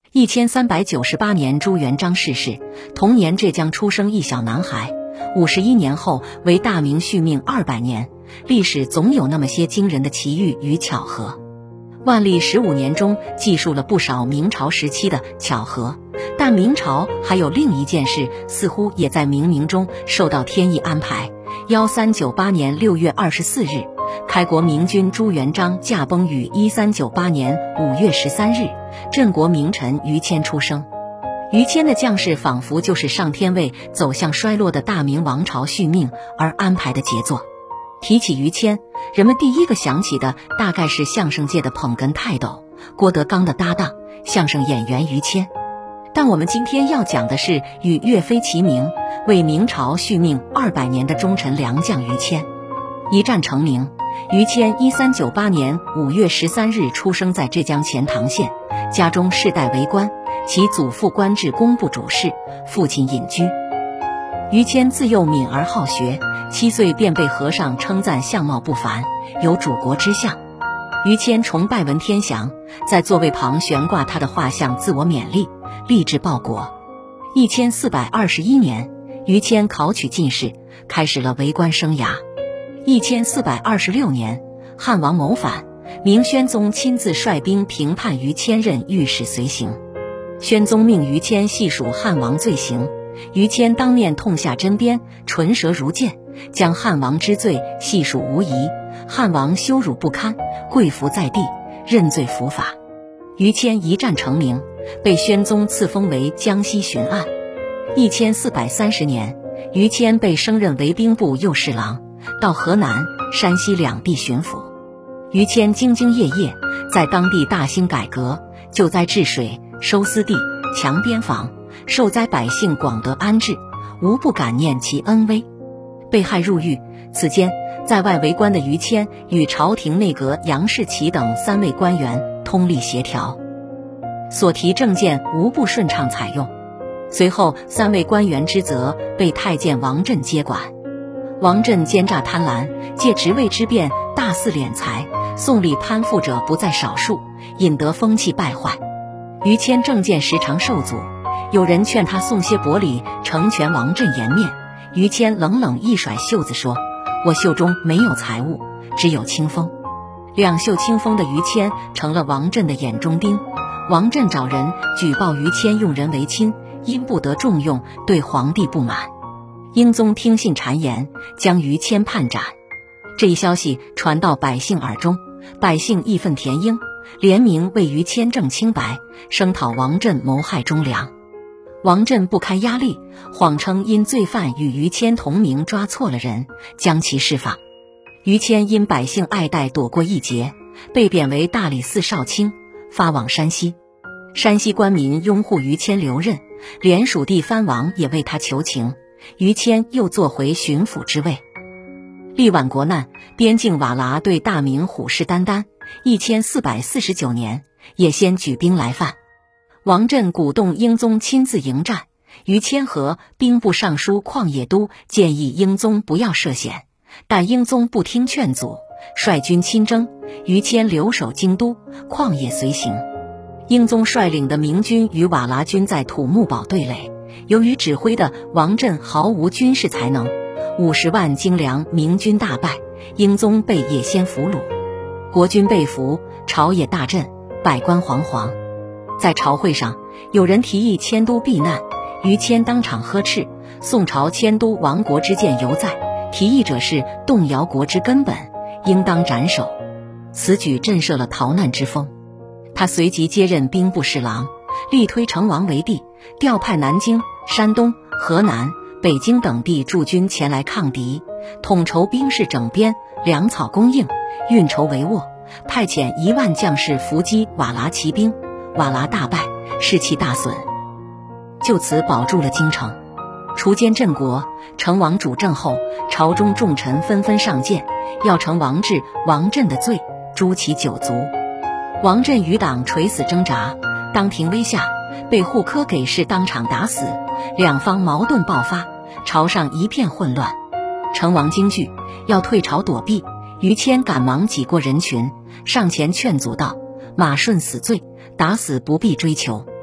1398年朱元璋逝世，同年浙江出生一小男孩。51年后为大明续命200年，历史总有那么些惊人的奇遇与巧合。万历15年中记述了不少明朝时期的巧合，但明朝还有另一件事似乎也在冥冥中受到天意安排。1398年6月24日，开国明君朱元璋驾崩于1398年5月13日，镇国名臣于谦出生。于谦的降世仿佛就是上天为走向衰落的大明王朝续命而安排的杰作。提起于谦，人们第一个想起的大概是相声界的捧哏泰斗郭德纲的搭档，相声演员于谦。但我们今天要讲的是与岳飞齐名，为明朝续命200年的忠臣良将于谦。一战成名，于谦1398年5月13日出生在浙江钱塘县，家中世代为官，其祖父官至工部主事，父亲隐居。于谦自幼敏而好学，7岁便被和尚称赞相貌不凡，有主国之相。于谦崇拜文天祥，在座位旁悬挂他的画像，自我勉励，立志报国。1421年，于谦考取进士，开始了为官生涯。1426年，汉王谋反，明宣宗亲自率兵平叛于谦，任御史随行。宣宗命于谦细数汉王罪行，于谦当面痛下针砭，唇舌如剑，将汉王之罪细数无遗。汉王羞辱不堪，跪伏在地，认罪伏法。于谦一战成名，被宣宗赐封为江西巡按。1430年，于谦被升任为兵部右侍郎，到河南、山西两地巡抚。于谦兢兢业业，在当地大兴改革，救灾治水，收私地，强边防，受灾百姓广得安治，无不感念其恩威。被害入狱，此间在外为官的于谦与朝廷内阁杨士奇等3位官员通力协调，所提政见无不顺畅采用。随后3位官员之责被太监王振接管。王振奸诈贪婪，借职位之便大肆敛财，送礼攀附者不在少数，引得风气败坏。于谦政见时常受阻，有人劝他送些薄礼成全王振颜面，于谦冷冷一甩袖子说：“我袖中没有财物，只有清风。”两袖清风的于谦成了王振的眼中钉。王振找人举报于谦用人为亲，因不得重用，对皇帝不满。英宗听信谗言，将于谦判斩。这一消息传到百姓耳中，百姓义愤填膺，联名为于谦正清白，声讨王振谋害忠良。王振不堪压力，谎称因罪犯与于谦同名抓错了人，将其释放。于谦因百姓爱戴躲过一劫，被贬为大理寺少卿，发往山西。山西官民拥护于谦留任，连蜀地藩王也为他求情，于谦又坐回巡抚之位。力挽国难，边境瓦剌对大明虎视眈眈。1449年，也先举兵来犯。王振鼓动英宗亲自迎战，于谦和兵部尚书旷野都建议英宗不要涉险，但英宗不听劝阻，率军亲征，于谦留守京都，旷野随行。英宗率领的明军与瓦剌军在土木堡对垒，由于指挥的王振毫无军事才能，50万精良明军大败，英宗被也先俘虏。国军被俘，朝野大震，百官惶惶。在朝会上，有人提议迁都避难，于谦当场呵斥：“宋朝迁都亡国之见犹在，提议者是动摇国之根本，应当斩首。”此举震慑了逃难之风。他随即接任兵部侍郎，力推成王为帝，调派南京、山东、河南、北京等地驻军前来抗敌，统筹兵士整编，粮草供应，运筹帷幄，派遣1万将士伏击瓦剌骑兵，瓦剌大败，士气大损，就此保住了京城。除奸镇国，成王主政后，朝中重臣纷纷上谏，要惩王志、王振的罪，诛其9族。王振余党垂死挣扎，当庭威下，被护科给事当场打死，两方矛盾爆发，朝上一片混乱。成王惊惧，要退朝躲避，于谦赶忙挤过人群，上前劝阻道：“马顺死罪，打死不必追求。”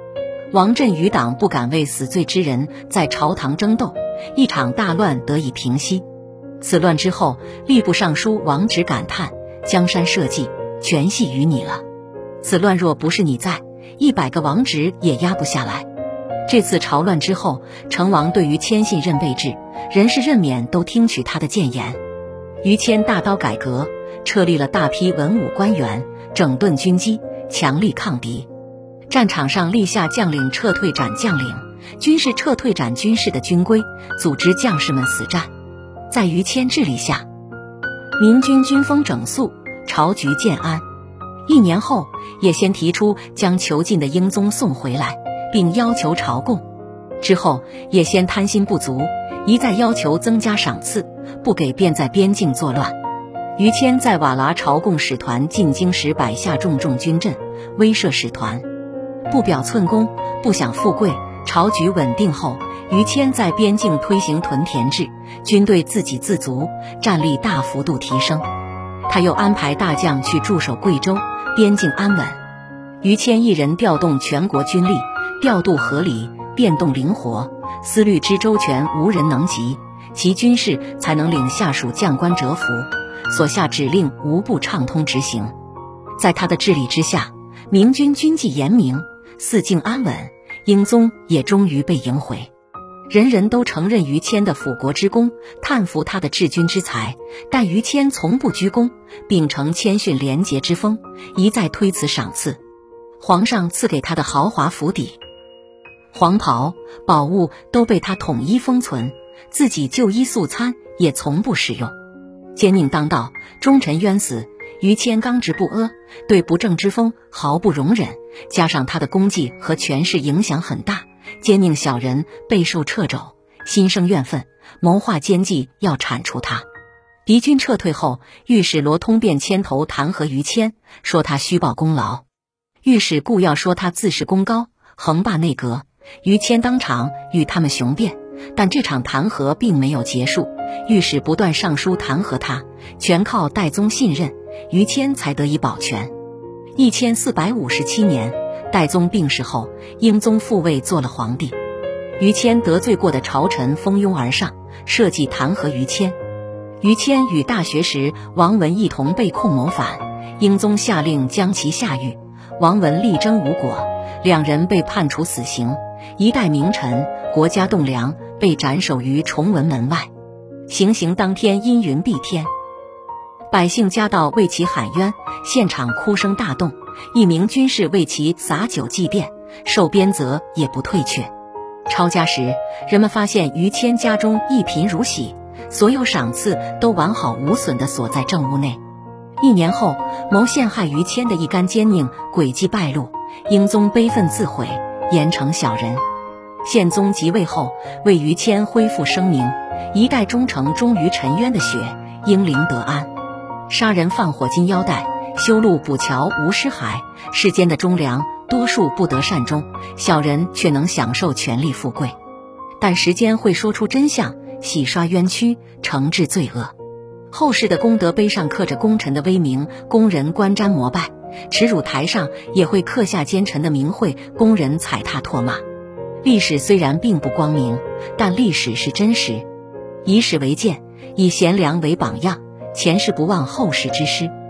王振余党不敢为死罪之人在朝堂争斗，一场大乱得以平息。此乱之后，吏部尚书王直感叹：江山社稷，全系于你了。此乱若不是你在，100个王直也压不下来。这次朝乱之后，成王对于谦信任备制，人事任免都听取他的谏言。于谦大刀改革，设立了大批文武官员，整顿军机，强力抗敌。战场上立下将领撤退斩将领，军事撤退斩军事的军规，组织将士们死战。在于谦治理下，明军军风整肃，朝局渐安。1年后，也先提出将囚禁的英宗送回来，并要求朝贡。之后，也先贪心不足，一再要求增加赏赐，不给便在边境作乱。于谦在瓦剌朝贡使团进京时摆下重重军阵，威慑使团。不表寸功，不享富贵。朝局稳定后，于谦在边境推行屯田制，军队自给自足，战力大幅度提升。他又安排大将去驻守贵州，边境安稳。于谦一人调动全国军力，调度合理，变动灵活，思虑之周全，无人能及，其军事才能领下属将官折服，所下指令无不畅通执行。在他的治理之下，明军军纪严明，四境安稳，英宗也终于被迎回。人人都承认于谦的辅国之功，叹服他的治军之才，但于谦从不居功，秉承谦逊廉洁之风，一再推辞赏赐。皇上赐给他的豪华府邸、黄袍、宝物都被他统一封存，自己就衣素餐也从不使用。奸佞当道，忠臣冤死，于谦刚直不阿，对不正之风毫不容忍，加上他的功绩和权势影响很大，奸佞小人备受掣肘，心生怨愤，谋划奸计要铲除他。敌军撤退后，御史罗通便牵头弹劾于谦，说他虚报功劳。御史顾要说他自恃功高，横霸内阁。于谦当场与他们雄辩，但这场弹劾并没有结束，御史不断上书弹劾他，全靠代宗信任，于谦才得以保全。1457年，代宗病逝后，英宗复位做了皇帝。于谦得罪过的朝臣蜂拥而上，设计弹劾于谦。于谦与大学士王文一同被控谋反，英宗下令将其下狱，王文力争无果，两人被判处死刑。一代名臣，国家栋梁，被斩首于崇文门外。行刑当天阴云蔽天，百姓夹道为其喊冤，现场哭声大动。一名军士为其洒酒祭奠，受鞭责也不退却。抄家时，人们发现于谦家中一贫如洗，所有赏赐都完好无损地锁在正屋内。1年后，谋陷害于谦的一干奸佞诡计败露，英宗悲愤自毁，严惩小人。宪宗即位后，为于谦恢复声名，一代忠诚终于沉冤的血英灵得安。杀人放火金腰带，修路补桥无尸骸，世间的忠良多数不得善终，小人却能享受权力富贵。但时间会说出真相，洗刷冤屈，惩治罪恶。后世的功德碑上刻着功臣的威名，供人观瞻膜拜；耻辱台上也会刻下奸臣的名讳，供人踩踏唾骂。历史虽然并不光明，但历史是真实。以史为鉴，以贤良为榜样，前世不忘后世之师。